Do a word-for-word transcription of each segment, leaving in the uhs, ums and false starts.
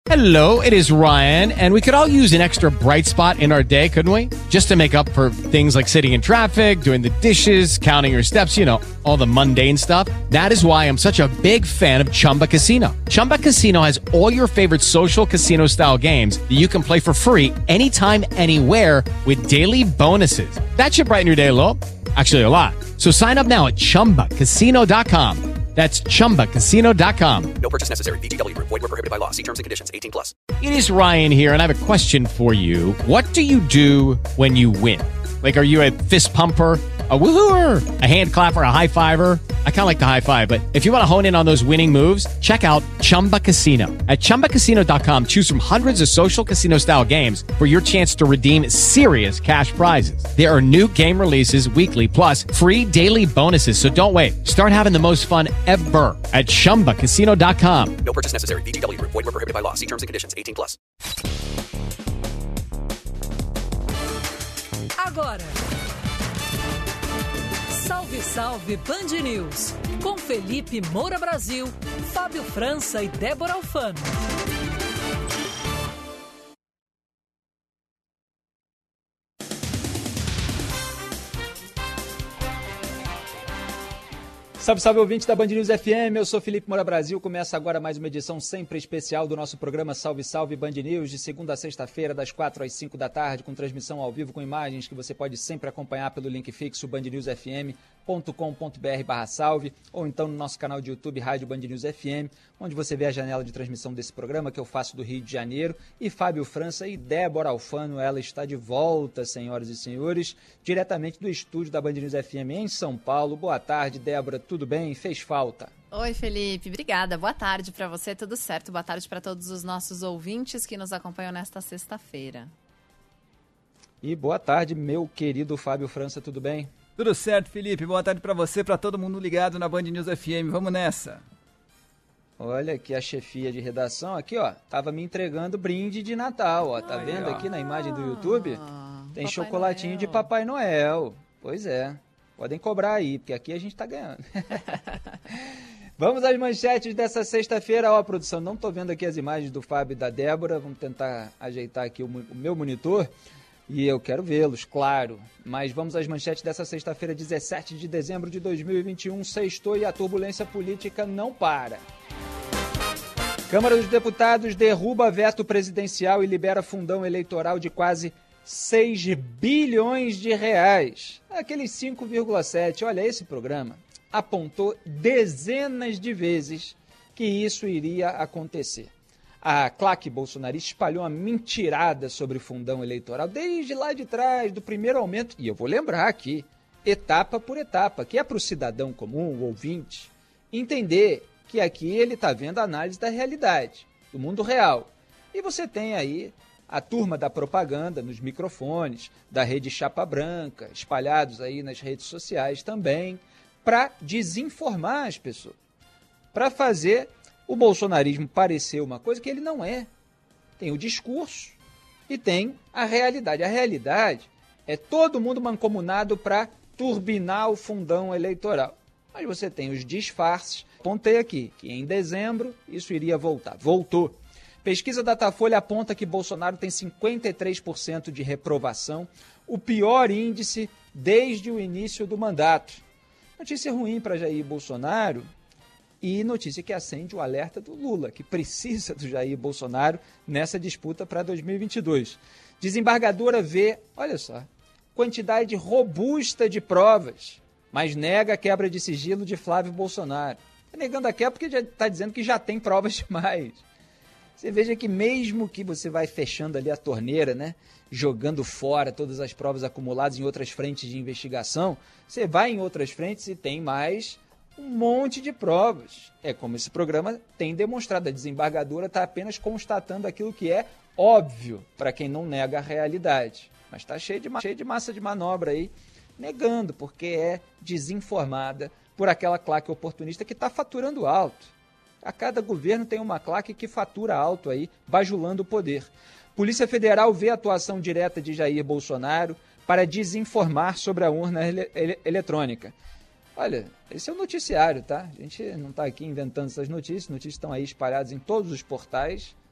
Hello, it is Ryan, and we could all use an extra bright spot in our day, couldn't we? Just to make up for things like sitting in traffic, doing the dishes, counting your steps, you know, all the mundane stuff. That is why I'm such a big fan of Chumba Casino. Chumba Casino has all your favorite social casino-style games that you can play for free anytime, anywhere with daily bonuses. That should brighten your day a little. Actually, a lot. So sign up now at chumba casino dot com. That's chumba casino dot com. No purchase necessary. V G W Group. Void where prohibited by law. See terms and conditions. eighteen plus. It is Ryan here, and I have a question for you. What do you do when you win? Like, are you a fist pumper, a woohooer, a hand clapper, a high fiver? I kind of like the high five, but if you want to hone in on those winning moves, check out Chumba Casino. At chumba casino dot com, choose from hundreds of social casino-style games for your chance to redeem serious cash prizes. There are new game releases weekly, plus free daily bonuses, so don't wait. Start having the most fun ever at chumba casino dot com. No purchase necessary. V G W Group. Void where prohibited by law. See terms and conditions. eighteen plus. Agora, Salve, Salve Band News, com Felipe Moura Brasil, Fábio França e Débora Alfano. Salve, salve, ouvinte da Band News F M, eu sou Felipe Moura Brasil, começa agora mais uma edição sempre especial do nosso programa Salve, Salve Band News, de segunda a sexta-feira, das quatro às cinco da tarde, com transmissão ao vivo com imagens que você pode sempre acompanhar pelo link fixo band news f m ponto com ponto b r barra salve, ou então no nosso canal de YouTube Rádio Band News F M, onde você vê a janela de transmissão desse programa que eu faço do Rio de Janeiro, e Fábio França e Débora Alfano, ela está de volta, senhoras e senhores, diretamente do estúdio da Band News F M em São Paulo. Boa tarde, Débora, tudo bem? Fez falta? Oi, Felipe, obrigada. Boa tarde para você, tudo certo? Boa tarde para todos os nossos ouvintes que nos acompanham nesta sexta-feira. E boa tarde, meu querido Fábio França, tudo bem? Tudo certo, Felipe. Boa tarde pra você, pra todo mundo ligado na Band News F M. Vamos nessa. Olha aqui a chefia de redação, aqui ó, tava me entregando brinde de Natal, ó. Tá Ai, vendo ó. aqui na imagem do YouTube? Tem Papai chocolatinho Noel. de Papai Noel. Pois é, podem cobrar aí, porque aqui a gente tá ganhando. Vamos às manchetes dessa sexta-feira. Ó, a produção, não tô vendo aqui as imagens do Fábio e da Débora, vamos tentar ajeitar aqui o, o meu monitor. E eu quero vê-los, claro. Mas vamos às manchetes dessa sexta-feira, dezessete de dezembro de dois mil e vinte e um. Sextou e a turbulência política não para. Câmara dos Deputados derruba veto presidencial e libera fundão eleitoral de quase seis bilhões de reais. Aqueles cinco vírgula sete. Olha, esse programa apontou dezenas de vezes que isso iria acontecer. A claque bolsonarista espalhou uma mentirada sobre o fundão eleitoral desde lá de trás, do primeiro aumento. E eu vou lembrar aqui, etapa por etapa, que é para o cidadão comum, o ouvinte, entender que aqui ele está vendo a análise da realidade, do mundo real. E você tem aí a turma da propaganda nos microfones, da rede Chapa Branca, espalhados aí nas redes sociais também, para desinformar as pessoas, para fazer o bolsonarismo parecer uma coisa que ele não é. Tem o discurso e tem a realidade. A realidade é todo mundo mancomunado para turbinar o fundão eleitoral. Mas você tem os disfarces. Apontei aqui que em dezembro isso iria voltar. Voltou. Pesquisa Datafolha aponta que Bolsonaro tem cinquenta e três por cento de reprovação, o pior índice desde o início do mandato. Notícia ruim para Jair Bolsonaro. E notícia que acende o alerta do Lula, que precisa do Jair Bolsonaro nessa disputa para dois mil e vinte e dois. Desembargadora vê, olha só, quantidade robusta de provas, mas nega a quebra de sigilo de Flávio Bolsonaro. Tá negando a quebra porque já está dizendo que já tem provas demais. Você veja que mesmo que você vai fechando ali a torneira, né, jogando fora todas as provas acumuladas em outras frentes de investigação, você vai em outras frentes e tem mais um monte de provas. É como esse programa tem demonstrado. A desembargadora está apenas constatando aquilo que é óbvio para quem não nega a realidade. Mas está cheio de, cheio de massa de manobra aí, negando, porque é desinformada por aquela claque oportunista que está faturando alto. A cada governo tem uma claque que fatura alto aí, bajulando o poder. Polícia Federal vê a atuação direta de Jair Bolsonaro para desinformar sobre a urna ele- ele- eletrônica. Olha, esse é o noticiário, tá? A gente não está aqui inventando essas notícias, notícias estão aí espalhadas em todos os portais,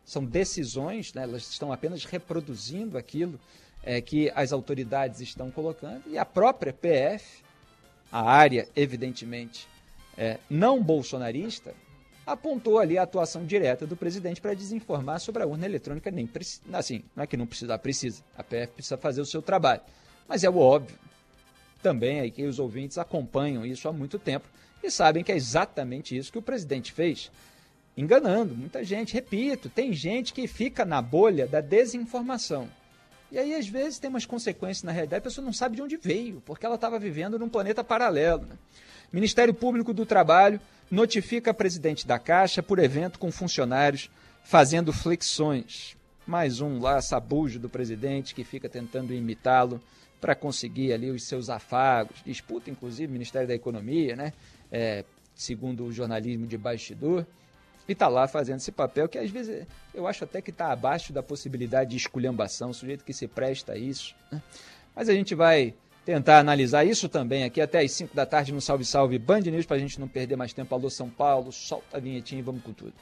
são decisões, né, elas estão apenas reproduzindo aquilo é, que as autoridades estão colocando, e a própria P F, a área, evidentemente, é, não bolsonarista, apontou ali a atuação direta do presidente para desinformar sobre a urna eletrônica. Nem assim, não é que não precisa, precisa, a P F precisa fazer o seu trabalho, mas é o óbvio. Também aí que os ouvintes acompanham isso há muito tempo e sabem que é exatamente isso que o presidente fez, enganando muita gente. Repito, tem gente que fica na bolha da desinformação. E aí, às vezes, tem umas consequências na realidade, a pessoa não sabe de onde veio, porque ela estava vivendo num planeta paralelo. Né? Ministério Público do Trabalho notifica presidente da Caixa por evento com funcionários fazendo flexões. Mais um lá, sabujo do presidente, que fica tentando imitá-lo para conseguir ali os seus afagos. Disputa, inclusive, o Ministério da Economia, né? É, segundo o jornalismo de bastidor. E está lá fazendo esse papel que, às vezes, eu acho até que está abaixo da possibilidade de esculhambação, o sujeito que se presta a isso. Né? Mas a gente vai tentar analisar isso também aqui até às cinco da tarde no Salve Salve Band News, para a gente não perder mais tempo. Alô, São Paulo, solta a vinhetinha e vamos com tudo.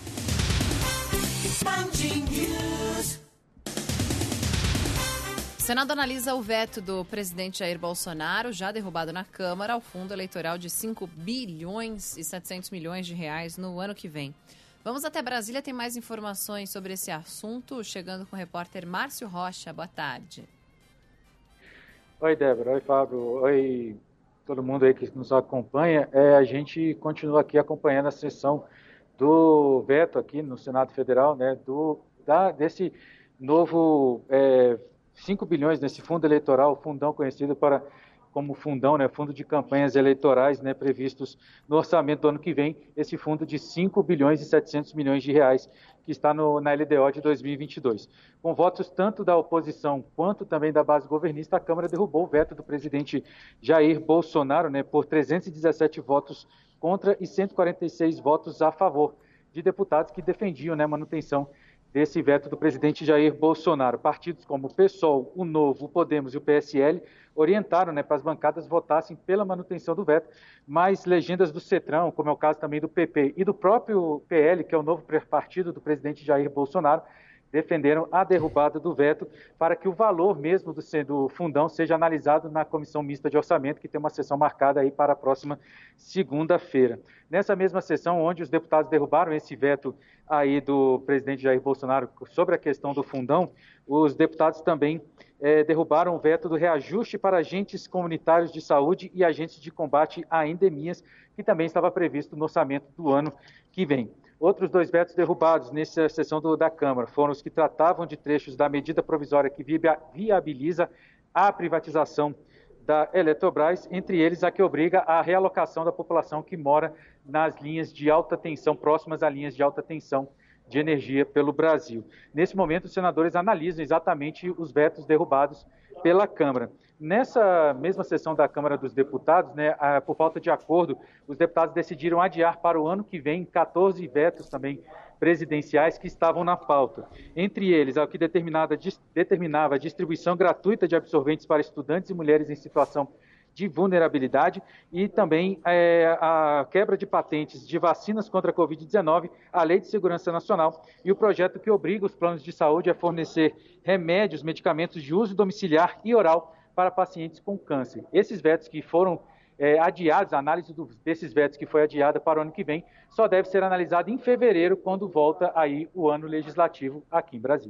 O Senado analisa o veto do presidente Jair Bolsonaro, já derrubado na Câmara, ao fundo eleitoral de cinco bilhões e setecentos milhões de reais no ano que vem. Vamos até Brasília, tem mais informações sobre esse assunto, chegando com o repórter Márcio Rocha. Boa tarde. Oi, Débora. Oi, Fábio. Oi, todo mundo aí que nos acompanha. É, a gente continua aqui acompanhando a sessão do veto aqui no Senado Federal, né, do, da, desse novo... É, cinco bilhões nesse fundo eleitoral, fundão conhecido para, como fundão, né, fundo de campanhas eleitorais, né, previstos no orçamento do ano que vem, esse fundo de cinco bilhões e setecentos milhões de reais que está no, na L D O de dois mil e vinte e dois. Com votos tanto da oposição quanto também da base governista, a Câmara derrubou o veto do presidente Jair Bolsonaro, né, por trezentos e dezessete votos contra e cento e quarenta e seis votos a favor de deputados que defendiam, né, a manutenção desse veto do presidente Jair Bolsonaro. Partidos como o PSOL, o Novo, o Podemos e o P S L orientaram, né, para as bancadas votassem pela manutenção do veto, mas legendas do Cetrão, como é o caso também do P P e do próprio P L, que é o novo partido do presidente Jair Bolsonaro, defenderam a derrubada do veto para que o valor mesmo do, do fundão seja analisado na Comissão Mista de Orçamento, que tem uma sessão marcada aí para a próxima segunda-feira. Nessa mesma sessão, onde os deputados derrubaram esse veto aí do presidente Jair Bolsonaro sobre a questão do fundão, os deputados também eh, derrubaram o veto do reajuste para agentes comunitários de saúde e agentes de combate a endemias, que também estava previsto no orçamento do ano que vem. Outros dois vetos derrubados nessa sessão do, da Câmara foram os que tratavam de trechos da medida provisória que viabiliza a privatização da Eletrobras, entre eles a que obriga a realocação da população que mora nas linhas de alta tensão, próximas a linhas de alta tensão de energia pelo Brasil. Nesse momento, os senadores analisam exatamente os vetos derrubados pela Câmara. Nessa mesma sessão da Câmara dos Deputados, né, por falta de acordo, os deputados decidiram adiar para o ano que vem quatorze vetos também presidenciais que estavam na pauta. Entre eles, o que determinava, determinava a distribuição gratuita de absorventes para estudantes e mulheres em situação de vulnerabilidade e também é, a quebra de patentes de vacinas contra a covid dezenove, a Lei de Segurança Nacional e o projeto que obriga os planos de saúde a fornecer remédios, medicamentos de uso domiciliar e oral para pacientes com câncer. Esses vetos que foram é, adiados, a análise do, desses vetos que foi adiada para o ano que vem, só deve ser analisada em fevereiro, quando volta aí o ano legislativo aqui em Brasília.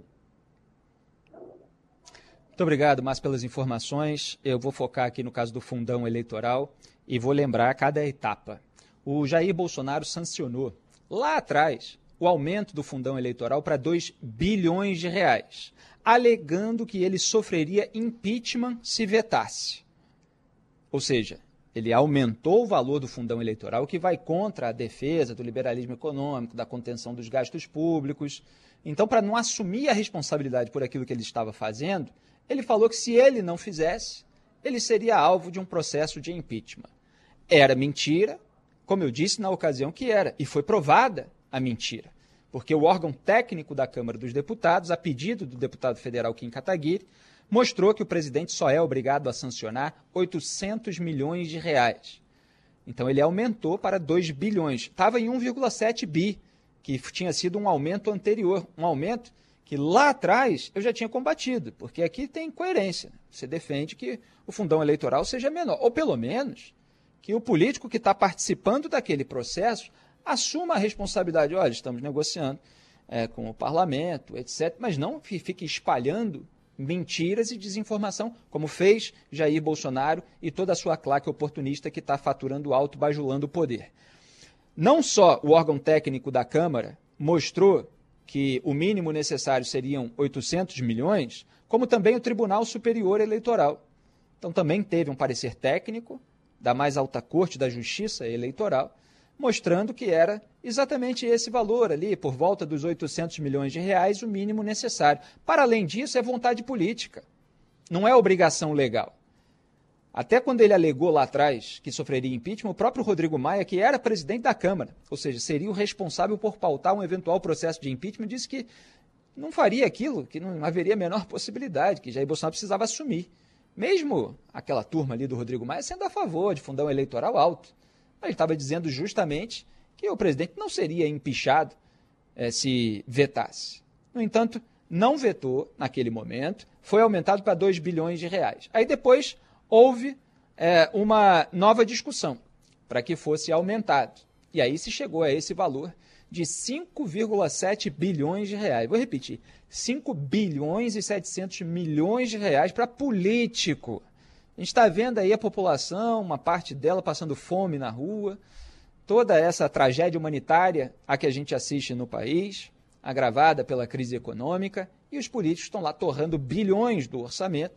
Muito obrigado, Márcio, pelas informações. Eu vou focar aqui no caso do fundão eleitoral e vou lembrar cada etapa. O Jair Bolsonaro sancionou lá atrás o aumento do fundão eleitoral para dois bilhões de reais, alegando que ele sofreria impeachment se vetasse. Ou seja, ele aumentou o valor do fundão eleitoral, o que vai contra a defesa do liberalismo econômico, da contenção dos gastos públicos. Então, para não assumir a responsabilidade por aquilo que ele estava fazendo, ele falou que se ele não fizesse, ele seria alvo de um processo de impeachment. Era mentira, como eu disse na ocasião que era, e foi provada a mentira, porque o órgão técnico da Câmara dos Deputados, a pedido do deputado federal Kim Kataguiri, mostrou que o presidente só é obrigado a sancionar oitocentos milhões de reais. Então ele aumentou para dois bilhões. Estava em um vírgula sete bi, que tinha sido um aumento anterior, um aumento que lá atrás eu já tinha combatido, porque aqui tem coerência. Você defende que o fundão eleitoral seja menor, ou pelo menos que o político que está participando daquele processo assuma a responsabilidade. Olha, estamos negociando é, com o parlamento, etcétera, mas não fique espalhando mentiras e desinformação, como fez Jair Bolsonaro e toda a sua claque oportunista que está faturando alto, bajulando o poder. Não só o órgão técnico da Câmara mostrou que o mínimo necessário seriam oitocentos milhões, como também o Tribunal Superior Eleitoral. Então também teve um parecer técnico da mais alta corte da Justiça Eleitoral, mostrando que era exatamente esse valor ali, por volta dos oitocentos milhões de reais, o mínimo necessário. Para além disso, é vontade política, não é obrigação legal. Até quando ele alegou lá atrás que sofreria impeachment, o próprio Rodrigo Maia, que era presidente da Câmara, ou seja, seria o responsável por pautar um eventual processo de impeachment, disse que não faria aquilo, que não haveria a menor possibilidade, que Jair Bolsonaro precisava assumir. Mesmo aquela turma ali do Rodrigo Maia sendo a favor de fundão eleitoral alto. Ele estava dizendo justamente que o presidente não seria empichado eh, se vetasse. No entanto, não vetou naquele momento, foi aumentado para dois bilhões de reais. Aí depois houve é, uma nova discussão para que fosse aumentado. E aí se chegou a esse valor de cinco vírgula sete bilhões de reais. Vou repetir, cinco bilhões e setecentos milhões de reais para político. A gente está vendo aí a população, uma parte dela passando fome na rua, toda essa tragédia humanitária a que a gente assiste no país, agravada pela crise econômica, e os políticos estão lá torrando bilhões do orçamento,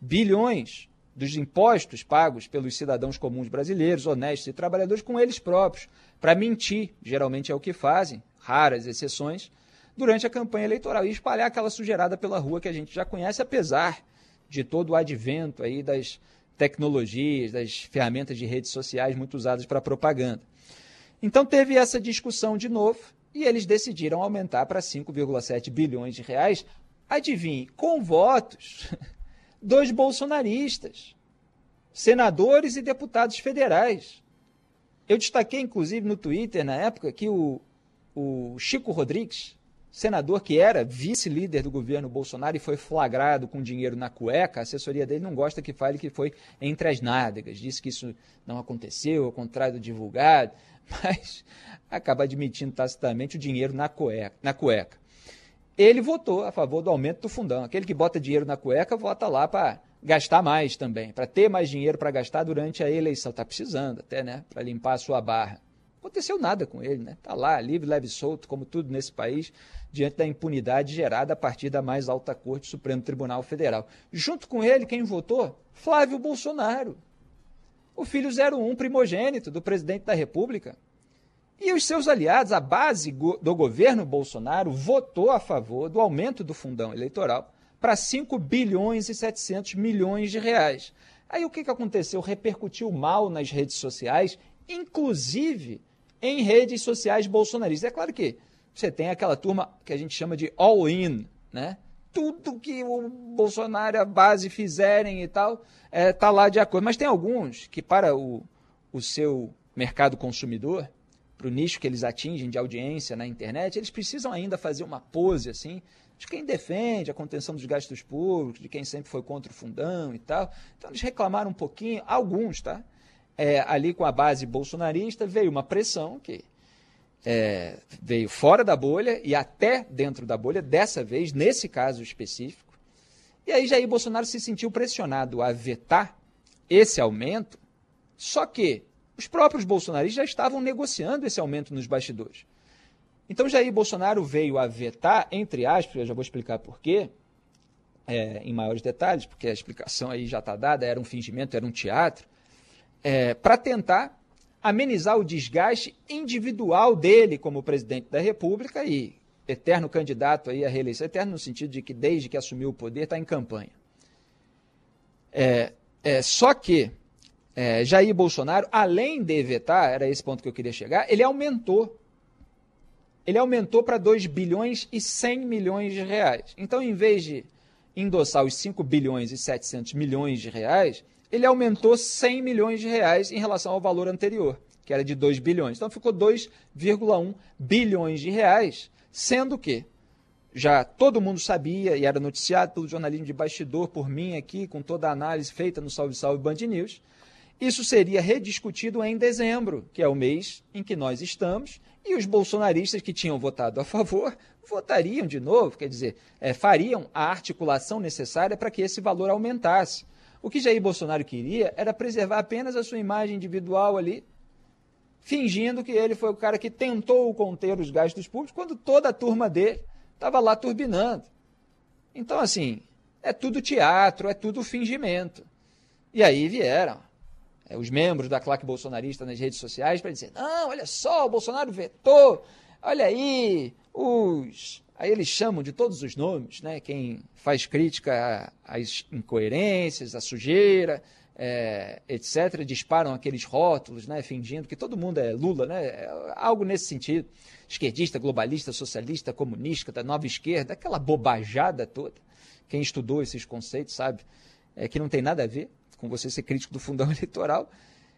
bilhões dos impostos pagos pelos cidadãos comuns brasileiros, honestos e trabalhadores, com eles próprios, para mentir, geralmente é o que fazem, raras exceções, durante a campanha eleitoral, e espalhar aquela sujeirada pela rua que a gente já conhece, apesar de todo o advento aí das tecnologias, das ferramentas de redes sociais muito usadas para propaganda. Então teve essa discussão de novo, e eles decidiram aumentar para cinco vírgula sete bilhões de reais, adivinhe, com votos dos bolsonaristas, senadores e deputados federais. Eu destaquei, inclusive, no Twitter, na época, que o, o Chico Rodrigues, senador que era vice-líder do governo Bolsonaro e foi flagrado com dinheiro na cueca, a assessoria dele não gosta que fale que foi entre as nádegas, disse que isso não aconteceu, ao contrário do divulgado, mas acaba admitindo tacitamente o dinheiro na cueca. Na cueca. Ele votou a favor do aumento do fundão. Aquele que bota dinheiro na cueca vota lá para gastar mais também, para ter mais dinheiro para gastar durante a eleição. Está precisando até, né, para limpar a sua barra. Não aconteceu nada com ele, né? Está lá, livre, leve e solto, como tudo nesse país, diante da impunidade gerada a partir da mais alta corte, Supremo Tribunal Federal. Junto com ele, quem votou? Flávio Bolsonaro, o filho zero um primogênito do presidente da República. E os seus aliados, a base do governo Bolsonaro, votou a favor do aumento do fundão eleitoral para cinco bilhões e setecentos milhões de reais. Aí o que, que aconteceu? Repercutiu mal nas redes sociais, inclusive em redes sociais bolsonaristas. É claro que você tem aquela turma que a gente chama de all-in, né? Tudo que o Bolsonaro e a base fizerem e tal, é, tá lá de acordo. Mas tem alguns que, para o, o seu mercado consumidor, para o nicho que eles atingem de audiência na internet, eles precisam ainda fazer uma pose assim, de quem defende a contenção dos gastos públicos, de quem sempre foi contra o fundão e tal. Então eles reclamaram um pouquinho, alguns, tá? É, ali com a base bolsonarista veio uma pressão que é, veio fora da bolha e até dentro da bolha, dessa vez, nesse caso específico. E aí Jair Bolsonaro se sentiu pressionado a vetar esse aumento, só que os próprios bolsonaristas já estavam negociando esse aumento nos bastidores. Então Jair Bolsonaro veio a vetar, entre aspas, eu já vou explicar por quê, é, em maiores detalhes, porque a explicação aí já está dada, era um fingimento, era um teatro, é, para tentar amenizar o desgaste individual dele como presidente da República e eterno candidato aí à reeleição, eterno no sentido de que desde que assumiu o poder está em campanha. É, é, só que É, Jair Bolsonaro, além de vetar, era esse ponto que eu queria chegar, ele aumentou. Ele aumentou para dois bilhões e cem milhões de reais. Então, em vez de endossar os cinco bilhões e setecentos milhões de reais, ele aumentou cem milhões de reais em relação ao valor anterior, que era de dois bilhões. Então ficou dois vírgula um bilhões de reais, sendo que já todo mundo sabia e era noticiado pelo jornalismo de bastidor, por mim aqui, com toda a análise feita no Salve Salve Band News. Isso seria rediscutido em dezembro, que é o mês em que nós estamos, e os bolsonaristas que tinham votado a favor votariam de novo, quer dizer, é, fariam a articulação necessária para que esse valor aumentasse. O que Jair Bolsonaro queria era preservar apenas a sua imagem individual ali, fingindo que ele foi o cara que tentou conter os gastos públicos, quando toda a turma dele estava lá turbinando. Então, assim, é tudo teatro, é tudo fingimento. E aí vieram é, os membros da claque bolsonarista nas redes sociais para dizer, não, olha só, o Bolsonaro vetou, olha aí, os... Aí eles chamam de todos os nomes, né? Quem faz crítica às incoerências, à sujeira, é, etcétera, disparam aqueles rótulos, né? Fingindo que todo mundo é Lula, né? Algo nesse sentido. Esquerdista, globalista, socialista, comunista, da nova esquerda, aquela bobajada toda. Quem estudou esses conceitos sabe é, que não tem nada a ver com você ser crítico do fundão eleitoral.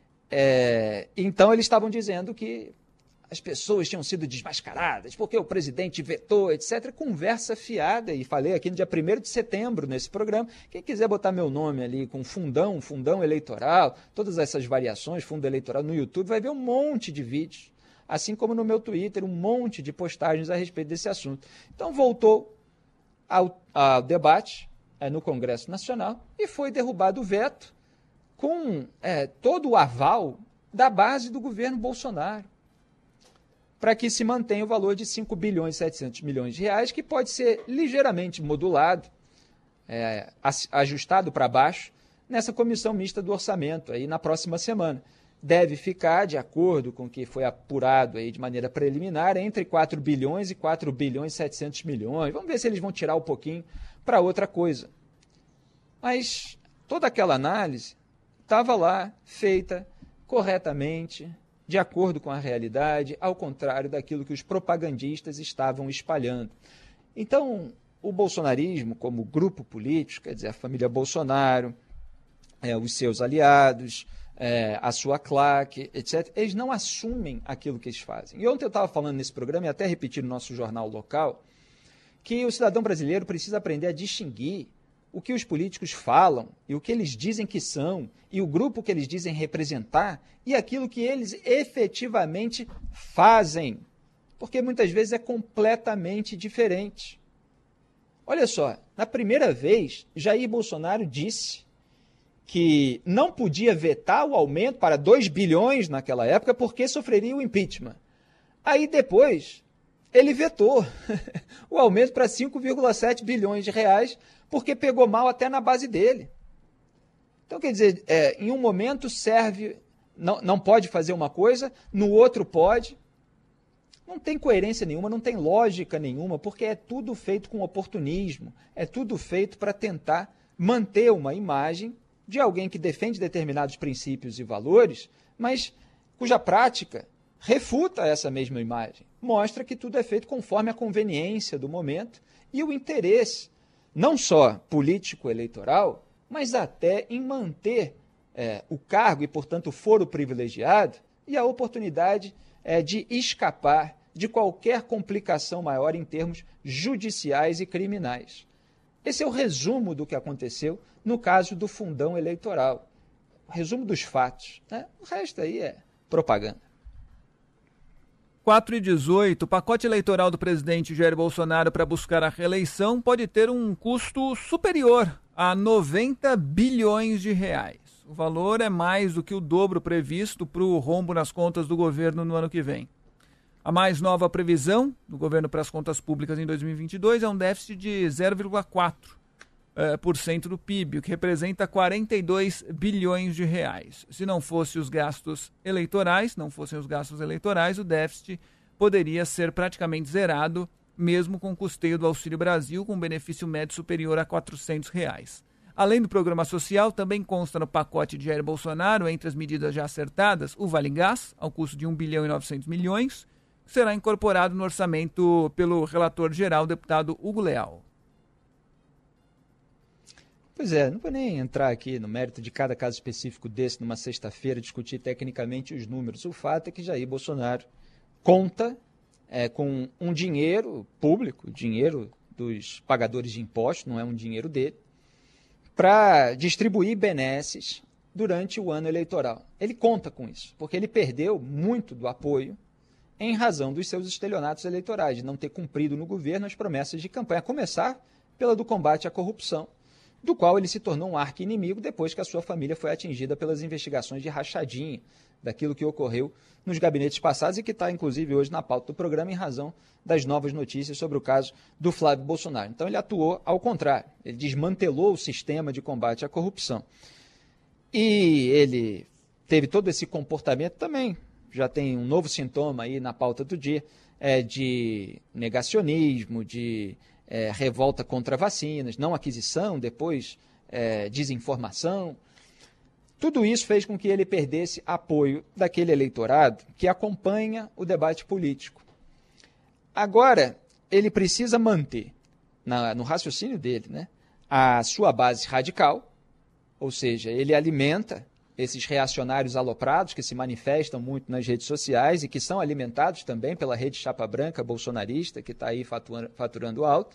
É, então eles estavam dizendo que as pessoas tinham sido desmascaradas, porque o presidente vetou, etcétera. Conversa fiada, e falei aqui no dia primeiro de setembro nesse programa. Quem quiser botar meu nome ali com fundão, fundão eleitoral, todas essas variações, fundo eleitoral no YouTube, vai ver um monte de vídeos. Assim como no meu Twitter, um monte de postagens a respeito desse assunto. Então voltou ao, ao debate é, no Congresso Nacional e foi derrubado o veto com é, todo o aval da base do governo Bolsonaro, para que se mantenha o valor de cinco bilhões e setecentos milhões de reais, que pode ser ligeiramente modulado, é, ajustado para baixo, nessa comissão mista do orçamento, aí na próxima semana. Deve ficar, de acordo com o que foi apurado aí de maneira preliminar, entre quatro bilhões e quatro bilhões e setecentos milhões. Vamos ver se eles vão tirar um pouquinho para outra coisa. Mas toda aquela análise estava lá, feita corretamente, de acordo com a realidade, ao contrário daquilo que os propagandistas estavam espalhando. Então, o bolsonarismo, como grupo político, quer dizer, a família Bolsonaro, é, os seus aliados, é, a sua claque, etcétera, eles não assumem aquilo que eles fazem. E ontem eu estava falando nesse programa, e até repeti no nosso jornal local, que o cidadão brasileiro precisa aprender a distinguir o que os políticos falam e o que eles dizem que são e o grupo que eles dizem representar e aquilo que eles efetivamente fazem, porque muitas vezes é completamente diferente. Olha só, na primeira vez, Jair Bolsonaro disse que não podia vetar o aumento para dois bilhões naquela época porque sofreria o impeachment. Aí depois ele vetou o aumento para cinco vírgula sete bilhões de reais porque pegou mal até na base dele. Então, quer dizer, é, em um momento serve, não, não pode fazer uma coisa, no outro pode. Não tem coerência nenhuma, não tem lógica nenhuma, porque é tudo feito com oportunismo, é tudo feito para tentar manter uma imagem de alguém que defende determinados princípios e valores, mas cuja prática refuta essa mesma imagem. Mostra que tudo é feito conforme a conveniência do momento e o interesse, não só político-eleitoral, mas até em manter é, o cargo e, portanto, o foro privilegiado e a oportunidade é, de escapar de qualquer complicação maior em termos judiciais e criminais. Esse é o resumo do que aconteceu no caso do fundão eleitoral. O resumo dos fatos, né? O resto aí é propaganda. quatro e dezoito, o pacote eleitoral do presidente Jair Bolsonaro para buscar a reeleição pode ter um custo superior a noventa bilhões de reais. O valor é mais do que o dobro previsto para o rombo nas contas do governo no ano que vem. A mais nova previsão do governo para as contas públicas em dois mil e vinte e dois é um déficit de zero vírgula quatro por cento do P I B, o que representa quarenta e dois bilhões de reais. Se não fosse os gastos eleitorais, não fossem os gastos eleitorais, o déficit poderia ser praticamente zerado, mesmo com o custeio do Auxílio Brasil, com benefício médio superior a quatrocentos reais. Além do programa social, também consta no pacote de Jair Bolsonaro, entre as medidas já acertadas, o Vale Gás, ao custo de um bilhão e novecentos milhões, que será incorporado no orçamento pelo relator geral, deputado Hugo Leal. Pois é, não vou nem entrar aqui no mérito de cada caso específico desse, numa sexta-feira, discutir tecnicamente os números. O fato é que Jair Bolsonaro conta é, com um dinheiro público, dinheiro dos pagadores de impostos, não é um dinheiro dele, para distribuir benesses durante o ano eleitoral. Ele conta com isso, porque ele perdeu muito do apoio em razão dos seus estelionatos eleitorais, de não ter cumprido no governo as promessas de campanha, a começar pela do combate à corrupção, do qual ele se tornou um arqui-inimigo depois que a sua família foi atingida pelas investigações de rachadinha, daquilo que ocorreu nos gabinetes passados e que está, inclusive, hoje na pauta do programa em razão das novas notícias sobre o caso do Flávio Bolsonaro. Então, ele atuou ao contrário, ele desmantelou o sistema de combate à corrupção. E ele teve todo esse comportamento também, já tem um novo sintoma aí na pauta do dia, é, de negacionismo, de é, revolta contra vacinas, não aquisição, depois é, desinformação. Tudo isso fez com que ele perdesse apoio daquele eleitorado que acompanha o debate político. Agora, ele precisa manter, na, no raciocínio dele, né, a sua base radical, ou seja, ele alimenta esses reacionários aloprados que se manifestam muito nas redes sociais e que são alimentados também pela rede chapa branca bolsonarista, que está aí faturando, faturando alto.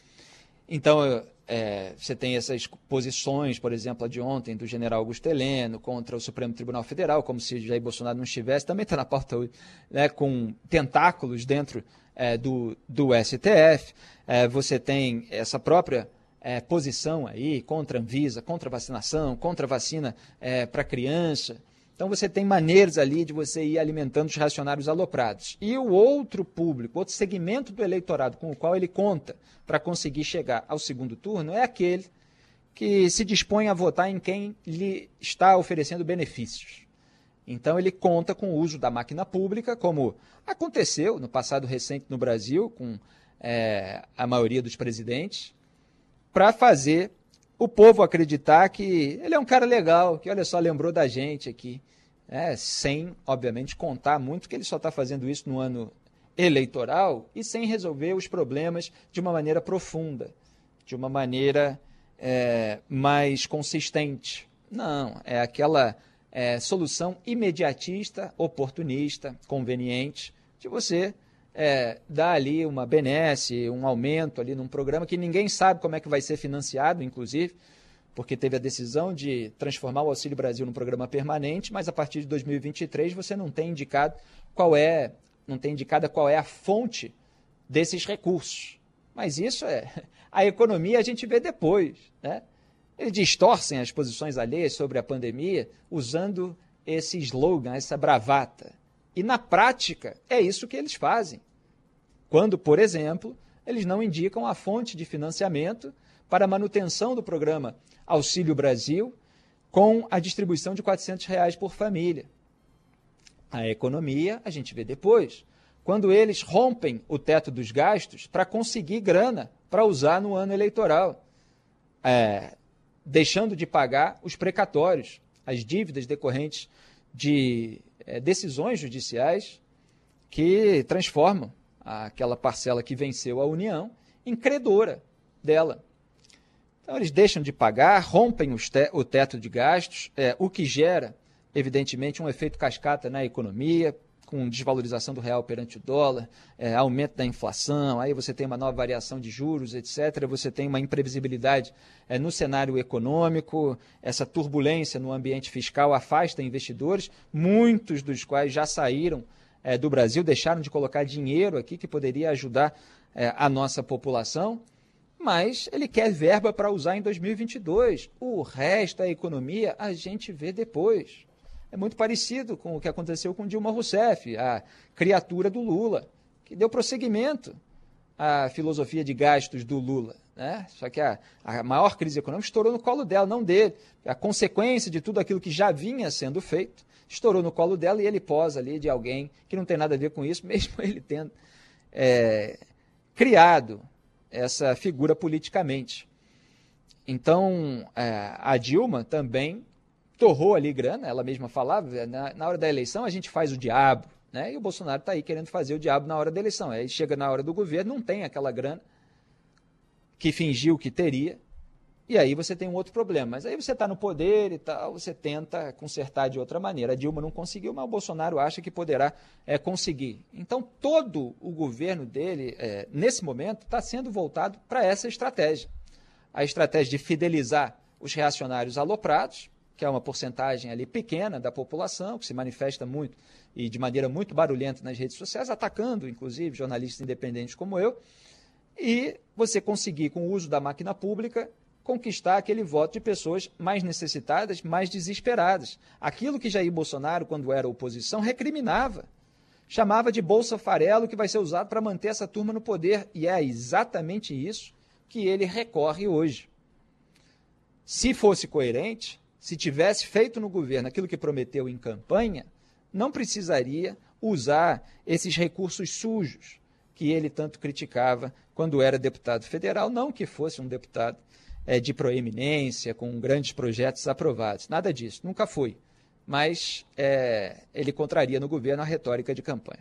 Então, é, você tem essas posições, por exemplo, a de ontem, do general Augusto Heleno contra o Supremo Tribunal Federal, como se Jair Bolsonaro não estivesse, também está na pauta hoje, né, com tentáculos dentro é, do, do S T F. É, você tem essa própria É, posição aí contra a Anvisa, contra a vacinação, contra a vacina é, para criança. Então você tem maneiras ali de você ir alimentando os reacionários aloprados. E o outro público, outro segmento do eleitorado com o qual ele conta para conseguir chegar ao segundo turno é aquele que se dispõe a votar em quem lhe está oferecendo benefícios. Então ele conta com o uso da máquina pública, como aconteceu no passado recente no Brasil, com é, a maioria dos presidentes, para fazer o povo acreditar que ele é um cara legal, que olha só, lembrou da gente aqui, né? Sem, obviamente, contar muito que ele só está fazendo isso no ano eleitoral e sem resolver os problemas de uma maneira profunda, de uma maneira é, mais consistente. Não, é aquela é, solução imediatista, oportunista, conveniente, de você É, dá ali uma benesse, um aumento ali num programa que ninguém sabe como é que vai ser financiado, inclusive, porque teve a decisão de transformar o Auxílio Brasil num programa permanente, mas a partir de dois mil e vinte e três você não tem indicado qual é, não tem indicada qual é a fonte desses recursos. Mas isso é, a economia a gente vê depois, né? Eles distorcem as posições alheias sobre a pandemia usando esse slogan, essa bravata. E na prática é isso que eles fazem. Quando, por exemplo, eles não indicam a fonte de financiamento para a manutenção do programa Auxílio Brasil com a distribuição de quatrocentos reais por família. A economia a gente vê depois, quando eles rompem o teto dos gastos para conseguir grana para usar no ano eleitoral, é, deixando de pagar os precatórios, as dívidas decorrentes de é, decisões judiciais que transformam aquela parcela que venceu a União em credora dela. Então, eles deixam de pagar, rompem os te- o teto de gastos, é, o que gera, evidentemente, um efeito cascata na economia, com desvalorização do real perante o dólar, é, aumento da inflação, aí você tem uma nova variação de juros, etcétera. Você tem uma imprevisibilidade é, no cenário econômico, essa turbulência no ambiente fiscal afasta investidores, muitos dos quais já saíram é, do Brasil, deixaram de colocar dinheiro aqui que poderia ajudar é, a nossa população, mas ele quer verba para usar em dois mil e vinte e dois. O resto da economia a gente vê depois. É muito parecido com o que aconteceu com Dilma Rousseff, a criatura do Lula, que deu prosseguimento à filosofia de gastos do Lula, né? Só que a, a maior crise econômica estourou no colo dela, não dele. A consequência de tudo aquilo que já vinha sendo feito estourou no colo dela e ele posa ali de alguém que não tem nada a ver com isso, mesmo ele tendo é, criado essa figura politicamente. Então, é, a Dilma também torrou ali grana, ela mesma falava, na, na hora da eleição a gente faz o diabo, né? E o Bolsonaro está aí querendo fazer o diabo na hora da eleição. Aí chega na hora do governo, não tem aquela grana que fingiu que teria E aí você tem um outro problema. Mas aí você está no poder e tal, você tenta consertar de outra maneira. A Dilma não conseguiu, mas o Bolsonaro acha que poderá é, conseguir. Então, todo o governo dele, é, nesse momento, está sendo voltado para essa estratégia. A estratégia de fidelizar os reacionários aloprados, que é uma porcentagem ali pequena da população, que se manifesta muito e de maneira muito barulhenta nas redes sociais, atacando, inclusive, jornalistas independentes como eu, e você conseguir, com o uso da máquina pública, conquistar aquele voto de pessoas mais necessitadas, mais desesperadas. Aquilo que Jair Bolsonaro, quando era oposição, recriminava. Chamava de Bolsa Farelo, que vai ser usado para manter essa turma no poder. E é exatamente isso que ele recorre hoje. Se fosse coerente, se tivesse feito no governo aquilo que prometeu em campanha, não precisaria usar esses recursos sujos que ele tanto criticava quando era deputado federal, não que fosse um deputado é, de proeminência, com grandes projetos aprovados. Nada disso, nunca foi. Mas é, ele contraria no governo a retórica de campanha.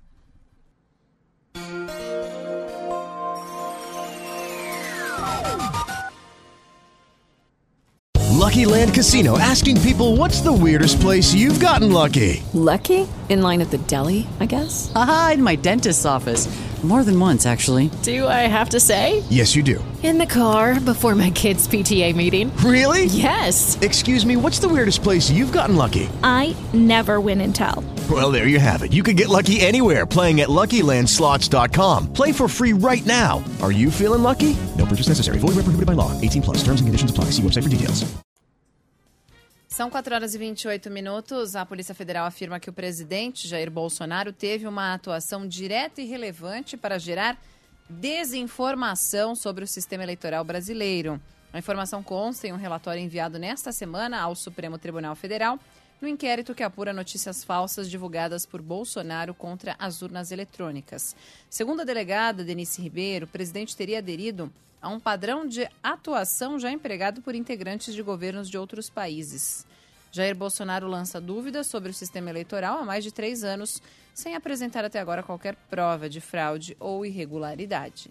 Lucky Land Casino, asking people, what's the weirdest place you've gotten lucky? Lucky? In line at the deli, I guess? Aha, in my dentist's office. More than once, actually. Do I have to say? Yes, you do. In the car before my kids' P T A meeting. Really? Yes. Excuse me, what's the weirdest place you've gotten lucky? I never win and tell. Well, there you have it. You can get lucky anywhere, playing at Lucky Land Slots dot com. Play for free right now. Are you feeling lucky? No purchase necessary. Void where prohibited by law. eighteen plus. Terms and conditions apply. See website for details. São quatro horas e vinte e oito minutos. A Polícia Federal afirma que o presidente Jair Bolsonaro teve uma atuação direta e relevante para gerar desinformação sobre o sistema eleitoral brasileiro. A informação consta em um relatório enviado nesta semana ao Supremo Tribunal Federal, no inquérito que apura notícias falsas divulgadas por Bolsonaro contra as urnas eletrônicas. Segundo a delegada Denise Ribeiro, o presidente teria aderido a um padrão de atuação já empregado por integrantes de governos de outros países. Jair Bolsonaro lança dúvidas sobre o sistema eleitoral há mais de três anos, sem apresentar até agora qualquer prova de fraude ou irregularidade.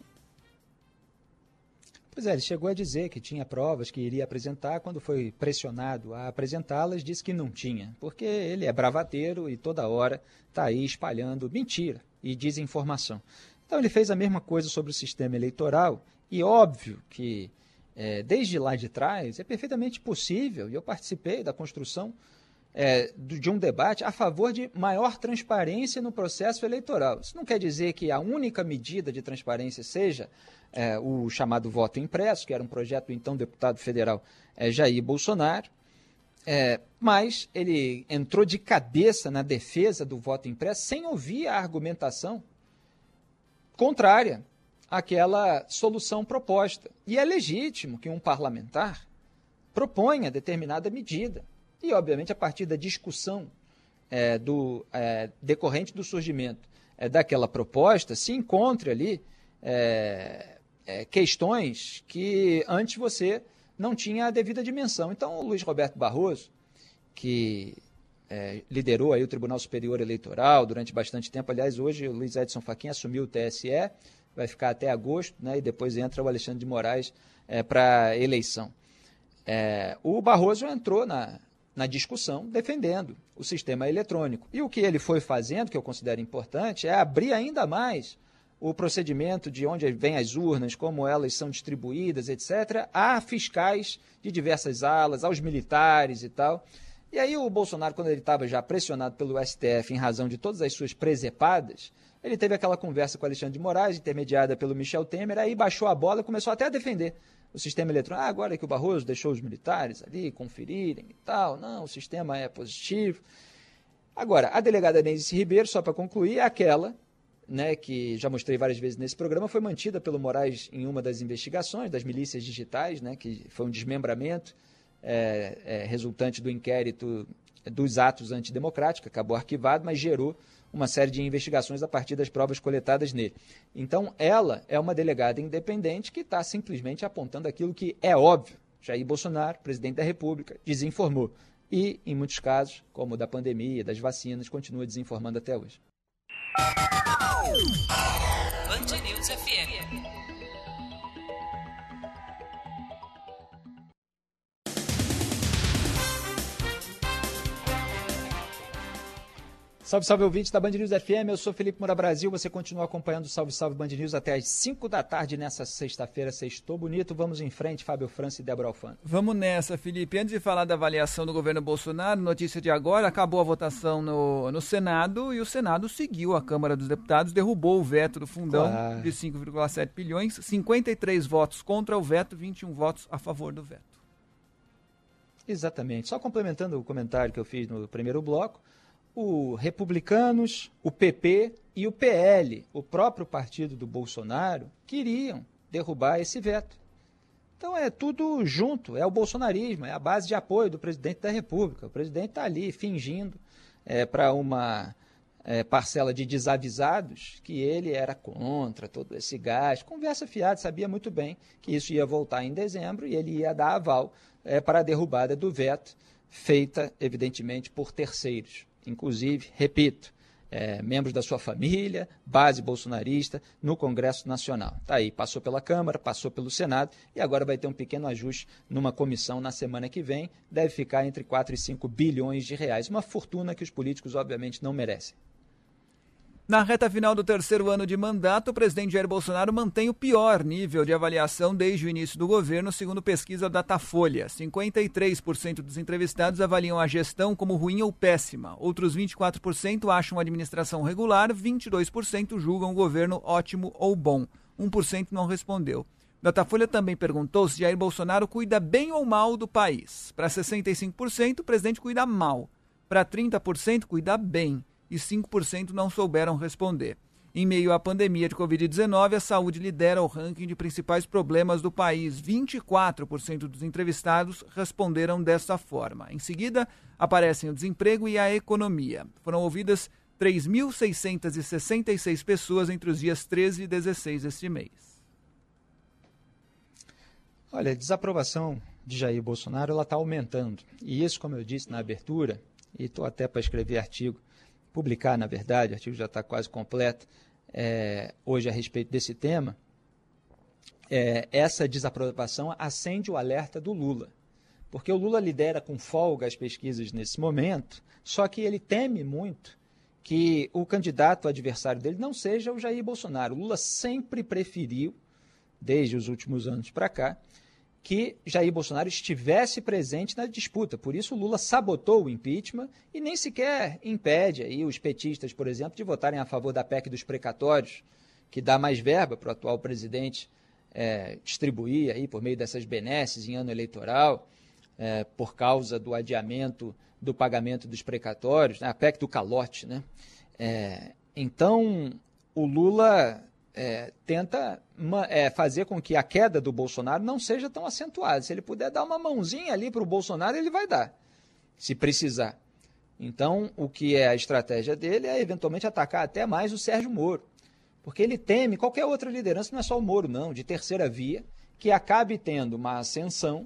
Pois é, ele chegou a dizer que tinha provas que iria apresentar. Quando foi pressionado a apresentá-las, disse que não tinha, porque ele é bravateiro e toda hora está aí espalhando mentira e desinformação. Então ele fez a mesma coisa sobre o sistema eleitoral e óbvio que é, desde lá de trás é perfeitamente possível, e eu participei da construção é, de um debate a favor de maior transparência no processo eleitoral. Isso não quer dizer que a única medida de transparência seja é, o chamado voto impresso, que era um projeto do então deputado federal é, Jair Bolsonaro, é, mas ele entrou de cabeça na defesa do voto impresso sem ouvir a argumentação contrária àquela solução proposta. E é legítimo que um parlamentar proponha determinada medida. E, obviamente, a partir da discussão é, do, é, decorrente do surgimento é, daquela proposta, se encontre ali é, é, questões que antes você não tinha a devida dimensão. Então, o Luiz Roberto Barroso, que é, liderou aí o Tribunal Superior Eleitoral durante bastante tempo, aliás, hoje o Luiz Edson Fachin assumiu o T S E, vai ficar até agosto, né, e depois entra o Alexandre de Moraes é, para a eleição. É, o Barroso entrou na, na discussão defendendo o sistema eletrônico. E o que ele foi fazendo, que eu considero importante, é abrir ainda mais o procedimento de onde vêm as urnas, como elas são distribuídas, etcétera, a fiscais de diversas alas, aos militares e tal. E aí o Bolsonaro, quando ele estava já pressionado pelo S T F em razão de todas as suas presepadas, ele teve aquela conversa com Alexandre de Moraes, intermediada pelo Michel Temer, aí baixou a bola e começou até a defender o sistema eletrônico. Ah, agora que o Barroso deixou os militares ali conferirem e tal, não, o sistema é positivo. Agora, a delegada Denise Ribeiro, só para concluir, é aquela, né, que já mostrei várias vezes nesse programa, foi mantida pelo Moraes em uma das investigações das milícias digitais, né, que foi um desmembramento é, é, resultante do inquérito dos atos antidemocráticos, acabou arquivado, mas gerou uma série de investigações a partir das provas coletadas nele. Então, ela é uma delegada independente que está simplesmente apontando aquilo que é óbvio. Jair Bolsonaro, presidente da República, desinformou. E, em muitos casos, como o da pandemia, das vacinas, continua desinformando até hoje. Band News F M. Salve, salve, ouvintes da Band News F M, eu sou Felipe Moura Brasil, você continua acompanhando o Salve, Salve Band News até às cinco da tarde nessa sexta-feira, sextou bonito, vamos em frente, Fábio França e Débora Alfano. Vamos nessa, Felipe. Antes de falar da avaliação do governo Bolsonaro, notícia de agora, acabou a votação no, no Senado e o Senado seguiu a Câmara dos Deputados, derrubou o veto do fundão claro. de cinco vírgula sete bilhões, cinquenta e três votos contra o veto, vinte e um votos a favor do veto. Exatamente, só complementando o comentário que eu fiz no primeiro bloco, o Republicanos, o P P e o P L, o próprio partido do Bolsonaro, queriam derrubar esse veto. Então é tudo junto, é o bolsonarismo, é a base de apoio do presidente da República. O presidente está ali fingindo é, para uma é, parcela de desavisados que ele era contra todo esse gasto. Conversa fiada, sabia muito bem que isso ia voltar em dezembro e ele ia dar aval é, para a derrubada do veto, feita, evidentemente, por terceiros. Inclusive, repito, é, membros da sua família, base bolsonarista no Congresso Nacional. Está aí, passou pela Câmara, passou pelo Senado e agora vai ter um pequeno ajuste numa comissão na semana que vem. Deve ficar entre quatro e cinco bilhões de reais, uma fortuna que os políticos obviamente não merecem. Na reta final do terceiro ano de mandato, o presidente Jair Bolsonaro mantém o pior nível de avaliação desde o início do governo, segundo pesquisa Datafolha. cinquenta e três por cento dos entrevistados avaliam a gestão como ruim ou péssima. Outros vinte e quatro por cento acham a administração regular, vinte e dois por cento julgam o governo ótimo ou bom. um por cento não respondeu. Datafolha também perguntou se Jair Bolsonaro cuida bem ou mal do país. Para sessenta e cinco por cento, o presidente cuida mal. Para trinta por cento, cuida bem. E cinco por cento não souberam responder. Em meio à pandemia de covid dezenove, a saúde lidera o ranking de principais problemas do país. vinte e quatro por cento dos entrevistados responderam dessa forma. Em seguida, aparecem o desemprego e a economia. Foram ouvidas três mil seiscentas e sessenta e seis pessoas entre os dias treze e dezesseis deste mês. Olha, a desaprovação de Jair Bolsonaro está aumentando. E isso, como eu disse na abertura, e estou até para escrever artigo, publicar, na verdade, o artigo já está quase completo, é, hoje a respeito desse tema, é, essa desaprovação acende o alerta do Lula. Porque o Lula lidera com folga as pesquisas nesse momento, só que ele teme muito que o candidato adversário dele não seja o Jair Bolsonaro. O Lula sempre preferiu, desde os últimos anos para cá, que Jair Bolsonaro estivesse presente na disputa. Por isso o Lula sabotou o impeachment e nem sequer impede aí os petistas, por exemplo, de votarem a favor da P E C dos precatórios, que dá mais verba para o atual presidente é, distribuir aí por meio dessas benesses em ano eleitoral, é, por causa do adiamento do pagamento dos precatórios, né? A P E C do calote, né? É, então, o Lula É, tenta é, fazer com que a queda do Bolsonaro não seja tão acentuada. Se ele puder dar uma mãozinha ali para o Bolsonaro, ele vai dar, se precisar. Então, o que é a estratégia dele é, eventualmente, atacar até mais o Sérgio Moro, porque ele teme qualquer outra liderança, não é só o Moro, não, de terceira via, que acabe tendo uma ascensão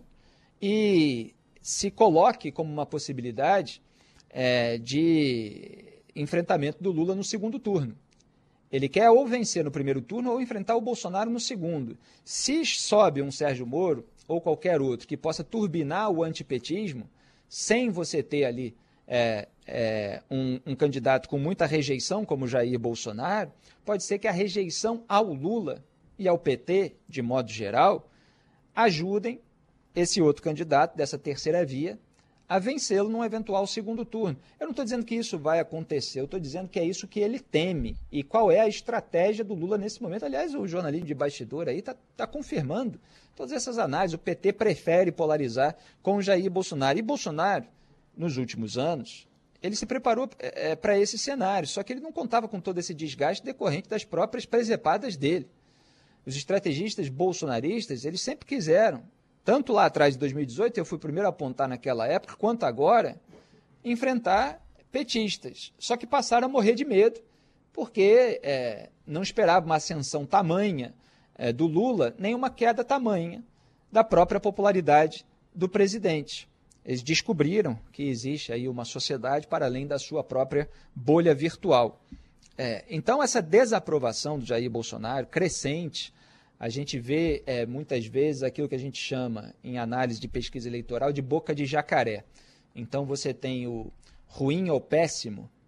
e se coloque como uma possibilidade é, de enfrentamento do Lula no segundo turno. Ele quer ou vencer no primeiro turno ou enfrentar o Bolsonaro no segundo. Se sobe um Sérgio Moro ou qualquer outro que possa turbinar o antipetismo, sem você ter ali é, é, um, um candidato com muita rejeição, como Jair Bolsonaro, pode ser que a rejeição ao Lula e ao P T, de modo geral, ajudem esse outro candidato dessa terceira via a vencê-lo num eventual segundo turno. Eu não estou dizendo que isso vai acontecer, eu estou dizendo que é isso que ele teme. E qual é a estratégia do Lula nesse momento? Aliás, o jornalismo de bastidor aí está tá confirmando todas essas análises. O P T prefere polarizar com Jair Bolsonaro. E Bolsonaro, nos últimos anos, ele se preparou é, para esse cenário, só que ele não contava com todo esse desgaste decorrente das próprias presepadas dele. Os estrategistas bolsonaristas, eles sempre quiseram, tanto lá atrás de dois mil e dezoito, eu fui o primeiro a apontar naquela época, quanto agora, enfrentar petistas. Só que passaram a morrer de medo, porque é, não esperavam uma ascensão tamanha é, do Lula, nem uma queda tamanha da própria popularidade do presidente. Eles descobriram que existe aí uma sociedade para além da sua própria bolha virtual. É, então, essa desaprovação do Jair Bolsonaro, crescente, a gente vê é, muitas vezes aquilo que a gente chama, em análise de pesquisa eleitoral, de boca de jacaré. Então você tem o ruim ou péssimo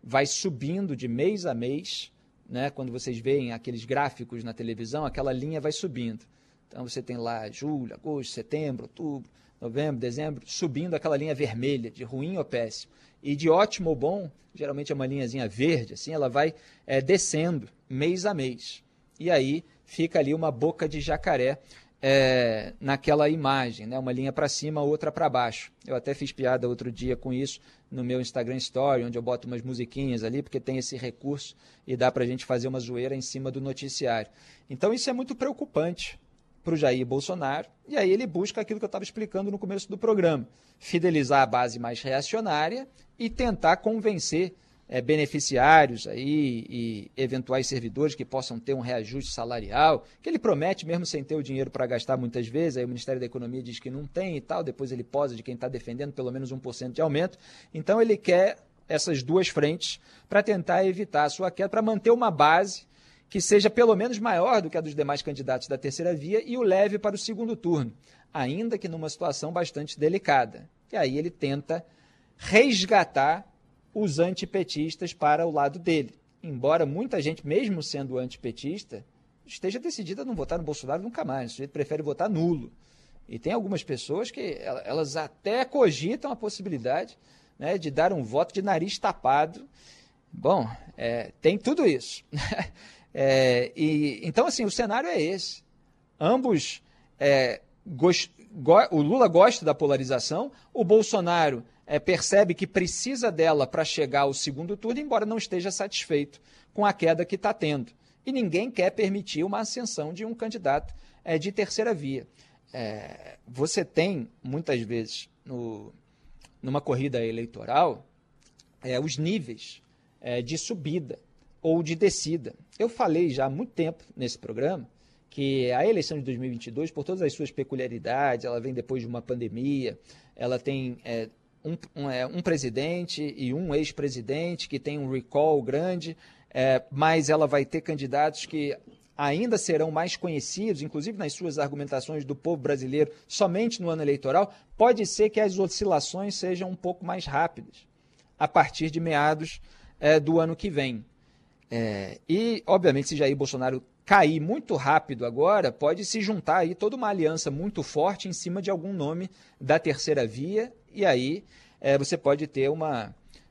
vai subindo de mês a mês, né? Quando vocês veem aqueles gráficos na televisão, aquela linha vai subindo. Então você tem lá julho, agosto, setembro, outubro, novembro, dezembro, subindo aquela linha vermelha, de ruim ou péssimo. E de ótimo ou bom, geralmente é uma linhazinha verde, assim, ela vai é, descendo mês a mês. E aí fica ali uma boca de jacaré é, naquela imagem, né? Uma linha para cima, outra para baixo. Eu até fiz piada outro dia com isso no meu Instagram Story, onde eu boto umas musiquinhas ali, porque tem esse recurso e dá para a gente fazer uma zoeira em cima do noticiário. Então isso é muito preocupante para o Jair Bolsonaro, e aí ele busca aquilo que eu estava explicando no começo do programa, fidelizar a base mais reacionária e tentar convencer é, beneficiários aí, e eventuais servidores que possam ter um reajuste salarial, que ele promete mesmo sem ter o dinheiro para gastar muitas vezes, aí o Ministério da Economia diz que não tem e tal, depois ele posa de quem está defendendo pelo menos um por cento de aumento. Então ele quer essas duas frentes para tentar evitar a sua queda, para manter uma base que seja pelo menos maior do que a dos demais candidatos da terceira via e o leve para o segundo turno, ainda que numa situação bastante delicada. E aí ele tenta resgatar os antipetistas para o lado dele. Embora muita gente, mesmo sendo antipetista, esteja decidida a não votar no Bolsonaro nunca mais. O sujeito prefere votar nulo. E tem algumas pessoas que elas até cogitam a possibilidade, né, de dar um voto de nariz tapado. Bom, é, tem tudo isso. É, e, então, assim, o cenário é esse. Ambos, é, gost, go, o Lula gosta da polarização, o Bolsonaro é, percebe que precisa dela para chegar ao segundo turno, embora não esteja satisfeito com a queda que está tendo. E ninguém quer permitir uma ascensão de um candidato é, de terceira via. É, você tem, muitas vezes, no, numa corrida eleitoral, é, os níveis é, de subida ou de descida. Eu falei já há muito tempo nesse programa que a eleição de dois mil e vinte e dois, por todas as suas peculiaridades, ela vem depois de uma pandemia, ela tem é, um, um, é, um presidente e um ex-presidente que tem um recall grande, é, mas ela vai ter candidatos que ainda serão mais conhecidos, inclusive nas suas argumentações do povo brasileiro, somente no ano eleitoral. Pode ser que as oscilações sejam um pouco mais rápidas a partir de meados é, do ano que vem. É, e, obviamente, se Jair Bolsonaro cair muito rápido agora, pode se juntar aí toda uma aliança muito forte em cima de algum nome da terceira via, e aí é, você pode ter uma,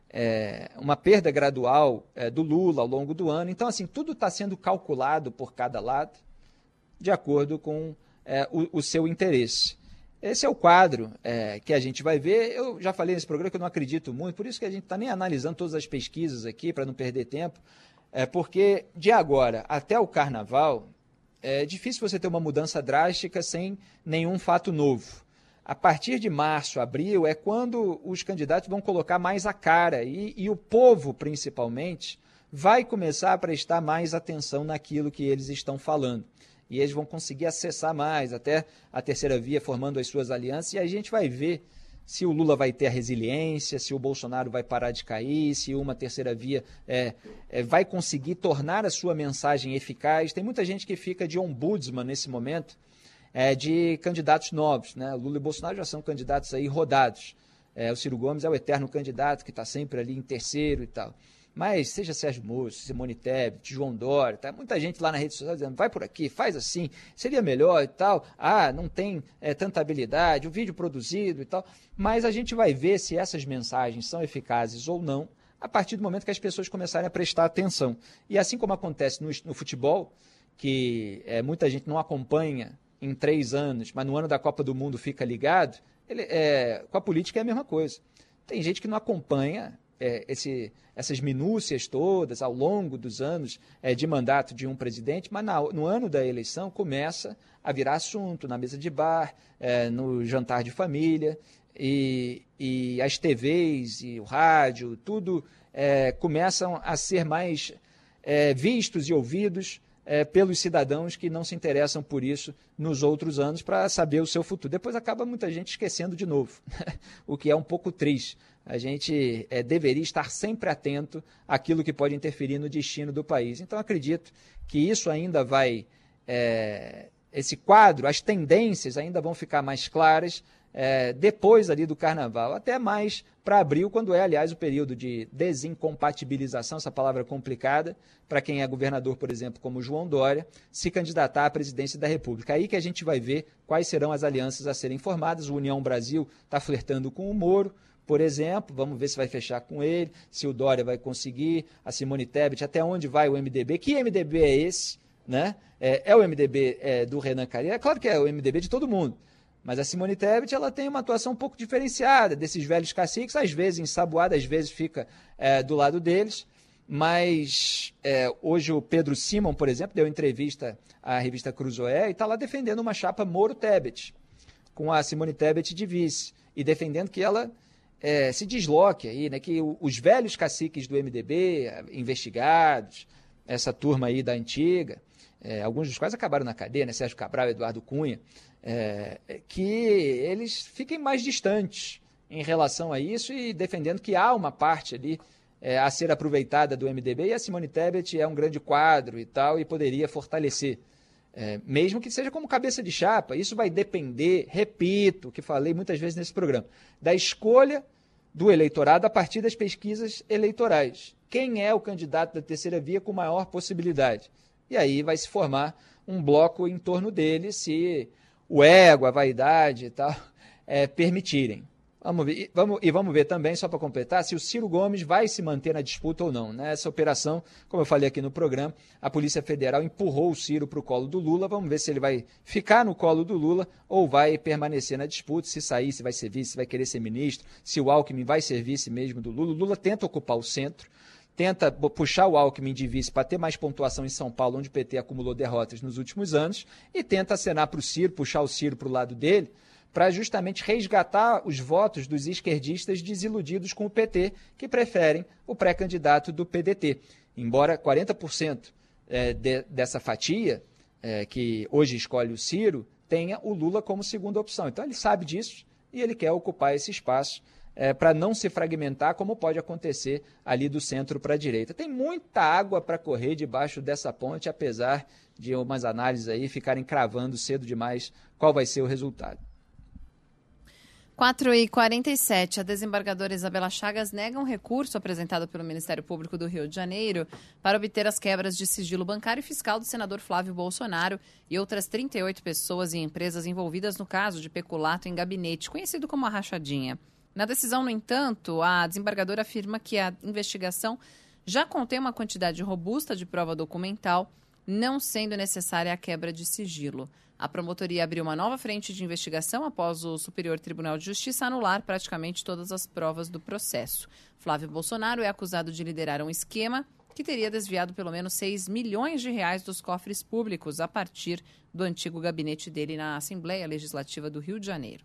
é, uma perda gradual é, do Lula ao longo do ano. Então, assim, tudo está sendo calculado por cada lado de acordo com é, o, o seu interesse. Esse é o quadro é, que a gente vai ver. Eu já falei nesse programa que eu não acredito muito, por isso que a gente está nem analisando todas as pesquisas aqui, para não perder tempo. É porque de agora até o carnaval é difícil você ter uma mudança drástica sem nenhum fato novo. A partir de março, abril, é quando os candidatos vão colocar mais a cara e, e o povo, principalmente, vai começar a prestar mais atenção naquilo que eles estão falando. E eles vão conseguir acessar mais, até a terceira via formando as suas alianças, e aí a gente vai ver se o Lula vai ter a resiliência, se o Bolsonaro vai parar de cair, se uma terceira via é, é, vai conseguir tornar a sua mensagem eficaz. Tem muita gente que fica de ombudsman nesse momento, é, de candidatos novos, né? Lula e Bolsonaro já são candidatos aí rodados. É, o Ciro Gomes é o eterno candidato que está sempre ali em terceiro e tal. Mas seja Sérgio Moro, Simone Tebet, João Dória, tá? Muita gente lá na rede social dizendo, vai por aqui, faz assim, seria melhor e tal. Ah, não tem é, tanta habilidade, o vídeo produzido e tal. Mas a gente vai ver se essas mensagens são eficazes ou não a partir do momento que as pessoas começarem a prestar atenção. E assim como acontece no, no futebol, que é, muita gente não acompanha em três anos, mas no ano da Copa do Mundo fica ligado, ele, é, com a política é a mesma coisa. Tem gente que não acompanha É, esse, essas minúcias todas ao longo dos anos é, de mandato de um presidente, mas na, no ano da eleição começa a virar assunto na mesa de bar, é, no jantar de família, e, e as T Vs e o rádio, tudo é, começam a ser mais é, vistos e ouvidos É, pelos cidadãos que não se interessam por isso nos outros anos para saber o seu futuro. Depois acaba muita gente esquecendo de novo, o que é um pouco triste. A gente é, deveria estar sempre atento àquilo que pode interferir no destino do país. Então, acredito que isso ainda vai, é, esse quadro, as tendências ainda vão ficar mais claras é, depois ali do Carnaval, até mais para abril, quando é, aliás, o período de desincompatibilização, essa palavra complicada, para quem é governador, por exemplo, como João Dória, se candidatar à presidência da República. Aí que a gente vai ver quais serão as alianças a serem formadas. O União Brasil está flertando com o Moro, por exemplo, vamos ver se vai fechar com ele, se o Dória vai conseguir, a Simone Tebet, até onde vai o M D B, que M D B é esse, né? É, é o M D B é, do Renan Calheiros? É claro que é o M D B de todo mundo, mas a Simone Tebet ela tem uma atuação um pouco diferenciada desses velhos caciques, às vezes ensaboada, às vezes fica é, do lado deles, mas é, hoje o Pedro Simon, por exemplo, deu entrevista à revista Cruzoé e está lá defendendo uma chapa Moro-Tebet, com a Simone Tebet de vice, e defendendo que ela é, se desloque aí, né, que o, os velhos caciques do M D B, investigados, essa turma aí da antiga, é, alguns dos quais acabaram na cadeia, né, Sérgio Cabral, Eduardo Cunha, é, que eles fiquem mais distantes em relação a isso e defendendo que há uma parte ali é, a ser aproveitada do M D B, e a Simone Tebet é um grande quadro e tal, e poderia fortalecer, é, mesmo que seja como cabeça de chapa. Isso vai depender, repito, que falei muitas vezes nesse programa, da escolha do eleitorado a partir das pesquisas eleitorais. Quem é o candidato da terceira via com maior possibilidade? E aí vai se formar um bloco em torno dele, se o ego, a vaidade e tal, é, permitirem. Vamos ver, e, vamos, e vamos ver também, só para completar, se o Ciro Gomes vai se manter na disputa ou não. Né? Essa operação, como eu falei aqui no programa, a Polícia Federal empurrou o Ciro para o colo do Lula. Vamos ver se ele vai ficar no colo do Lula ou vai permanecer na disputa, se sair, se vai ser vice, se vai querer ser ministro, se o Alckmin vai ser vice mesmo do Lula. O Lula tenta ocupar o centro, tenta puxar o Alckmin de vice para ter mais pontuação em São Paulo, onde o P T acumulou derrotas nos últimos anos, e tenta acenar para o Ciro, puxar o Ciro para o lado dele, para justamente resgatar os votos dos esquerdistas desiludidos com o P T, que preferem o pré-candidato do P D T. Embora quarenta por cento é, de, dessa fatia, é, que hoje escolhe o Ciro, tenha o Lula como segunda opção. Então ele sabe disso e ele quer ocupar esse espaço é, para não se fragmentar, como pode acontecer ali do centro para a direita. Tem muita água para correr debaixo dessa ponte, apesar de umas análises aí ficarem cravando cedo demais qual vai ser o resultado. quatro e quarenta e sete, a desembargadora Isabela Chagas nega um recurso apresentado pelo Ministério Público do Rio de Janeiro para obter as quebras de sigilo bancário e fiscal do senador Flávio Bolsonaro e outras trinta e oito pessoas e empresas envolvidas no caso de peculato em gabinete, conhecido como a rachadinha. Na decisão, no entanto, a desembargadora afirma que a investigação já contém uma quantidade robusta de prova documental, não sendo necessária a quebra de sigilo. A promotoria abriu uma nova frente de investigação após o Superior Tribunal de Justiça anular praticamente todas as provas do processo. Flávio Bolsonaro é acusado de liderar um esquema que teria desviado pelo menos seis milhões de reais dos cofres públicos a partir do antigo gabinete dele na Assembleia Legislativa do Rio de Janeiro.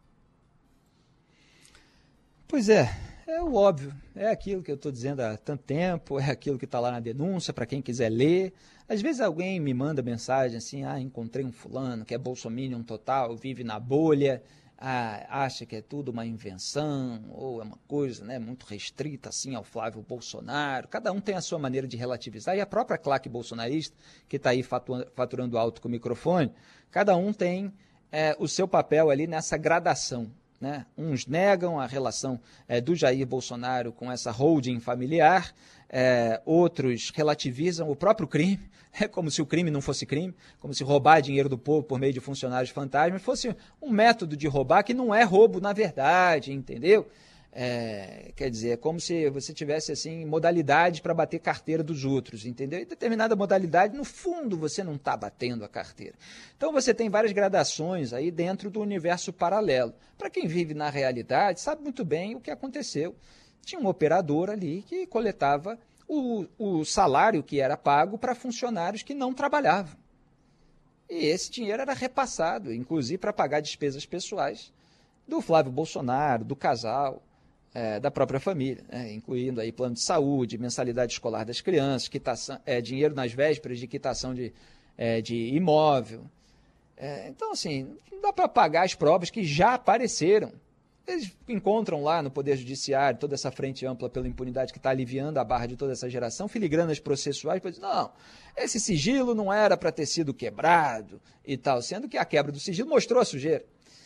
Pois é, é o óbvio, é aquilo que eu estou dizendo há tanto tempo, é aquilo que está lá na denúncia, para quem quiser ler. Às vezes alguém me manda mensagem assim, ah, encontrei um fulano que é bolsominion total, vive na bolha, ah, acha que é tudo uma invenção, ou é uma coisa, né, muito restrita assim ao Flávio Bolsonaro. Cada um tem a sua maneira de relativizar, e a própria claque bolsonarista, que está aí faturando alto com o microfone, cada um tem é, o seu papel ali nessa gradação. Né? Uns negam a relação é, do Jair Bolsonaro com essa holding familiar, é, outros relativizam o próprio crime, é como se o crime não fosse crime, como se roubar dinheiro do povo por meio de funcionários fantasmas fosse um método de roubar que não é roubo na verdade, entendeu? É, quer dizer, é como se você tivesse assim modalidades para bater carteira dos outros, entendeu? E determinada modalidade, no fundo, você não está batendo a carteira. Então você tem várias gradações aí dentro do universo paralelo. Para quem vive na realidade, sabe muito bem o que aconteceu. Tinha um operador ali que coletava o, o salário que era pago para funcionários que não trabalhavam. E esse dinheiro era repassado, inclusive para pagar despesas pessoais do Flávio Bolsonaro, do casal, É, da própria família, né? Incluindo aí plano de saúde, mensalidade escolar das crianças, quitação, é, dinheiro nas vésperas de quitação de, é, de imóvel. É, então, assim, não dá para pagar as provas que já apareceram. Eles encontram lá no Poder Judiciário toda essa frente ampla pela impunidade que está aliviando a barra de toda essa geração, filigranas processuais, para dizer, não, esse sigilo não era para ter sido quebrado e tal, sendo que a quebra do sigilo mostrou a sujeira.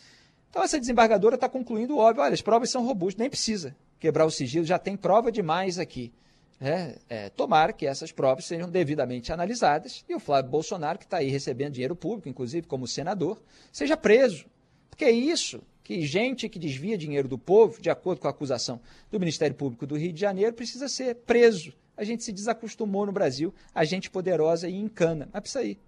Então essa desembargadora está concluindo o óbvio, olha, as provas são robustas, nem precisa quebrar o sigilo, já tem prova demais aqui. É, é, tomara que essas provas sejam devidamente analisadas e o Flávio Bolsonaro, que está aí recebendo dinheiro público, inclusive como senador, seja preso. Porque é isso que gente que desvia dinheiro do povo, de acordo com a acusação do Ministério Público do Rio de Janeiro, precisa ser preso. A gente se desacostumou no Brasil, a gente poderosa e encana. Mas precisa ir.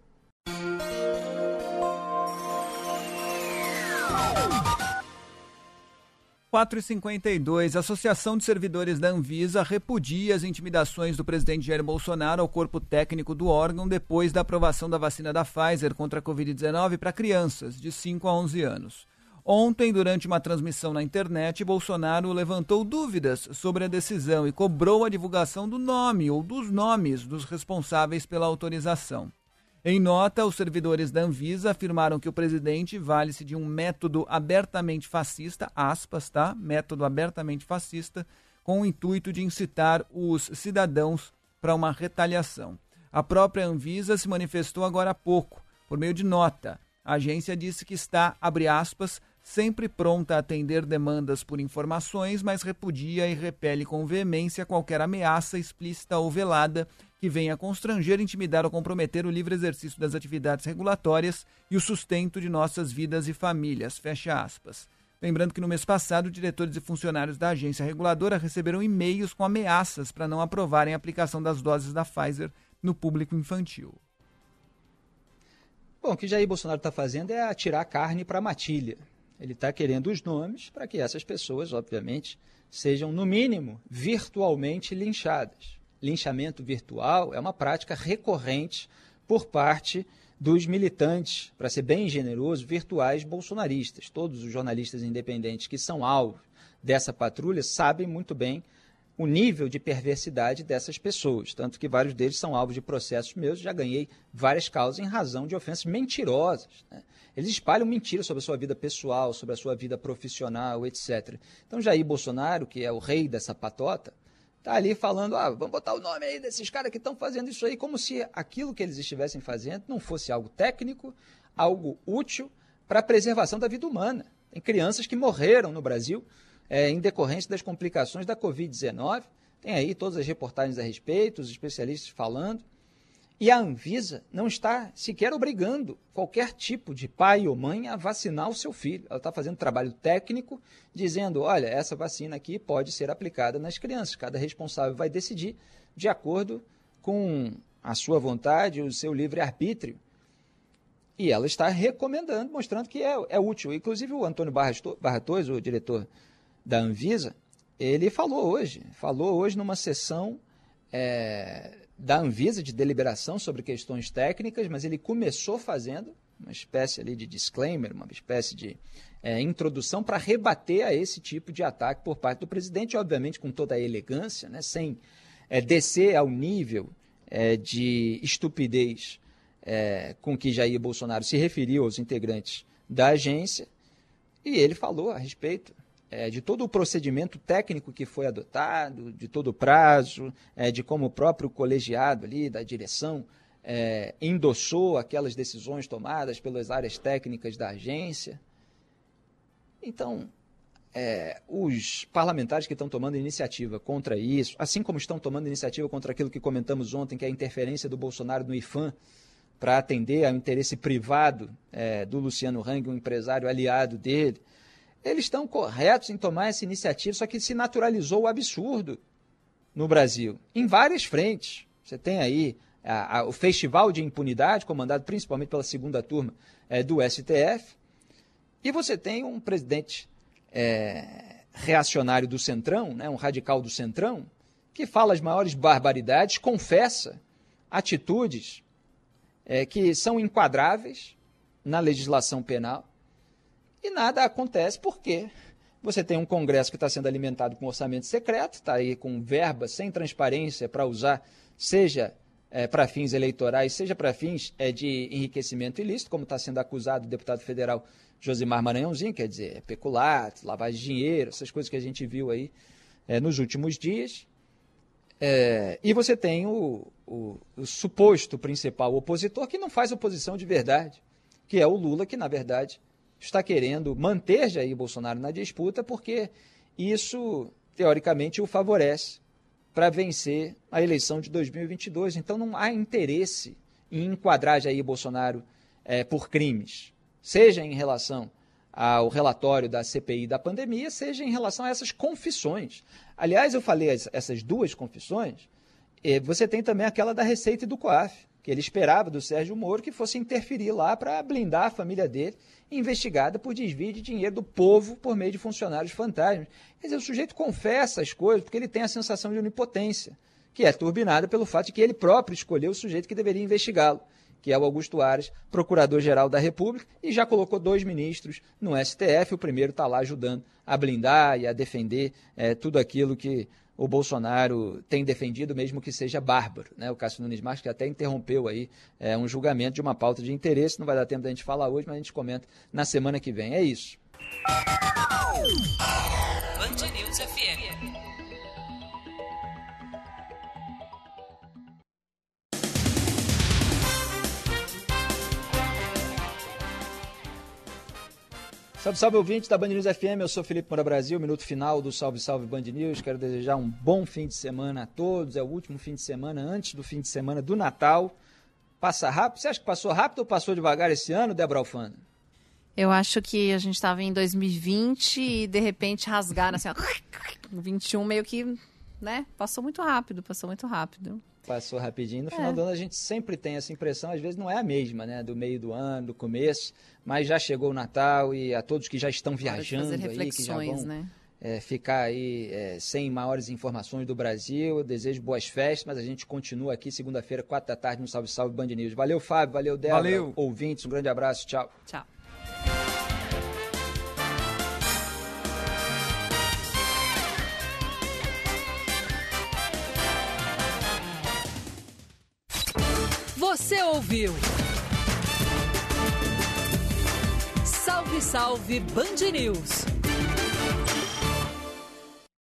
quatro e cinquenta e dois, a Associação de Servidores da Anvisa repudia as intimidações do presidente Jair Bolsonaro ao corpo técnico do órgão depois da aprovação da vacina da Pfizer contra a covid dezenove para crianças de cinco a onze anos. Ontem, durante uma transmissão na internet, Bolsonaro levantou dúvidas sobre a decisão e cobrou a divulgação do nome ou dos nomes dos responsáveis pela autorização. Em nota, os servidores da Anvisa afirmaram que o presidente vale-se de um método abertamente fascista, aspas, tá? Método abertamente fascista, com o intuito de incitar os cidadãos para uma retaliação. A própria Anvisa se manifestou agora há pouco, por meio de nota. A agência disse que está, abre aspas, sempre pronta a atender demandas por informações, mas repudia e repele com veemência qualquer ameaça explícita ou velada que venha constranger, intimidar ou comprometer o livre exercício das atividades regulatórias e o sustento de nossas vidas e famílias, fecha aspas. Lembrando que no mês passado, diretores e funcionários da agência reguladora receberam e-mails com ameaças para não aprovarem a aplicação das doses da Pfizer no público infantil. Bom, o que Jair Bolsonaro está fazendo é atirar carne para a matilha. Ele está querendo os nomes para que essas pessoas, obviamente, sejam, no mínimo, virtualmente linchadas. Linchamento virtual é uma prática recorrente por parte dos militantes, para ser bem generoso, virtuais bolsonaristas. Todos os jornalistas independentes que são alvo dessa patrulha sabem muito bem o nível de perversidade dessas pessoas, tanto que vários deles são alvos de processos meus, já ganhei várias causas em razão de ofensas mentirosas, né? Eles espalham mentiras sobre a sua vida pessoal, sobre a sua vida profissional, etcétera. Então Jair Bolsonaro, que é o rei dessa patota, está ali falando, ah, vamos botar o nome aí desses caras que estão fazendo isso aí, como se aquilo que eles estivessem fazendo não fosse algo técnico, algo útil para a preservação da vida humana. Tem crianças que morreram no Brasil é, em decorrência das complicações da covid dezenove, tem aí todas as reportagens a respeito, os especialistas falando, e a Anvisa não está sequer obrigando qualquer tipo de pai ou mãe a vacinar o seu filho. Ela está fazendo trabalho técnico, dizendo, olha, essa vacina aqui pode ser aplicada nas crianças. Cada responsável vai decidir de acordo com a sua vontade, o seu livre-arbítrio. E ela está recomendando, mostrando que é, é útil. Inclusive o Antônio Barra Torres, o diretor da Anvisa, ele falou hoje, falou hoje numa sessão é, da Anvisa de deliberação sobre questões técnicas, mas ele começou fazendo uma espécie ali de disclaimer, uma espécie de é, introdução para rebater a esse tipo de ataque por parte do presidente, obviamente com toda a elegância, né, sem é, descer ao nível é, de estupidez é, com que Jair Bolsonaro se referiu aos integrantes da agência, e ele falou a respeito É, de todo o procedimento técnico que foi adotado, de todo o prazo, é, de como o próprio colegiado ali da direção é, endossou aquelas decisões tomadas pelas áreas técnicas da agência. Então, é, os parlamentares que estão tomando iniciativa contra isso, assim como estão tomando iniciativa contra aquilo que comentamos ontem, que é a interferência do Bolsonaro no IPHAN, para atender ao interesse privado é, do Luciano Hang, um empresário aliado dele, eles estão corretos em tomar essa iniciativa, só que se naturalizou o absurdo no Brasil, em várias frentes. Você tem aí a, a, o Festival de Impunidade, comandado principalmente pela segunda turma é, do S T F, e você tem um presidente é, reacionário do Centrão, né, um radical do Centrão, que fala as maiores barbaridades, confessa atitudes é, que são enquadráveis na legislação penal, e nada acontece porque você tem um Congresso que está sendo alimentado com orçamento secreto, está aí com verba sem transparência para usar, seja é, para fins eleitorais, seja para fins é, de enriquecimento ilícito, como está sendo acusado o deputado federal Josimar Maranhãozinho, quer dizer, peculato, lavagem de dinheiro, essas coisas que a gente viu aí é, nos últimos dias. É, e você tem o, o, o suposto principal opositor que não faz oposição de verdade, que é o Lula, que na verdade está querendo manter Jair Bolsonaro na disputa porque isso, teoricamente, o favorece para vencer a eleição de dois mil e vinte e dois. Então não há interesse em enquadrar Jair Bolsonaro é, por crimes, seja em relação ao relatório da C P I da pandemia, seja em relação a essas confissões. Aliás, eu falei essas duas confissões, você tem também aquela da Receita e do COAF, que ele esperava do Sérgio Moro que fosse interferir lá para blindar a família dele, investigada por desvio de dinheiro do povo por meio de funcionários fantasmas. Quer dizer, o sujeito confessa as coisas porque ele tem a sensação de onipotência, que é turbinada pelo fato de que ele próprio escolheu o sujeito que deveria investigá-lo, que é o Augusto Aras, procurador-geral da República, e já colocou dois ministros no S T F. O primeiro está lá ajudando a blindar e a defender é, tudo aquilo que o Bolsonaro tem defendido, mesmo que seja bárbaro, né? O Cássio Nunes Marques, que até interrompeu aí é, um julgamento de uma pauta de interesse. Não vai dar tempo da gente falar hoje, mas a gente comenta na semana que vem. É isso. Band News F M. Salve, salve, ouvintes da Band News F M, eu sou Felipe Moura Brasil, minuto final do Salve, Salve Band News. Quero desejar um bom fim de semana a todos, é o último fim de semana antes do fim de semana do Natal. Passa rápido, você acha que passou rápido ou passou devagar esse ano, Débora Alfano? Eu acho que a gente estava em dois mil e vinte e de repente rasgaram assim, ó, vinte e um meio que, né, passou muito rápido, passou muito rápido. Passou rapidinho. No final é. do ano a gente sempre tem essa impressão, às vezes não é a mesma, né? Do meio do ano, do começo, mas já chegou o Natal e a todos que já estão viajando aí, que já vão né? é, ficar aí é, sem maiores informações do Brasil, eu desejo boas festas, mas a gente continua aqui segunda-feira, quatro da tarde, no Salve Salve Band News. Valeu, Fábio, valeu, Débora, valeu. Ouvintes, um grande abraço, tchau. Tchau. Você ouviu? Salve, salve Band News!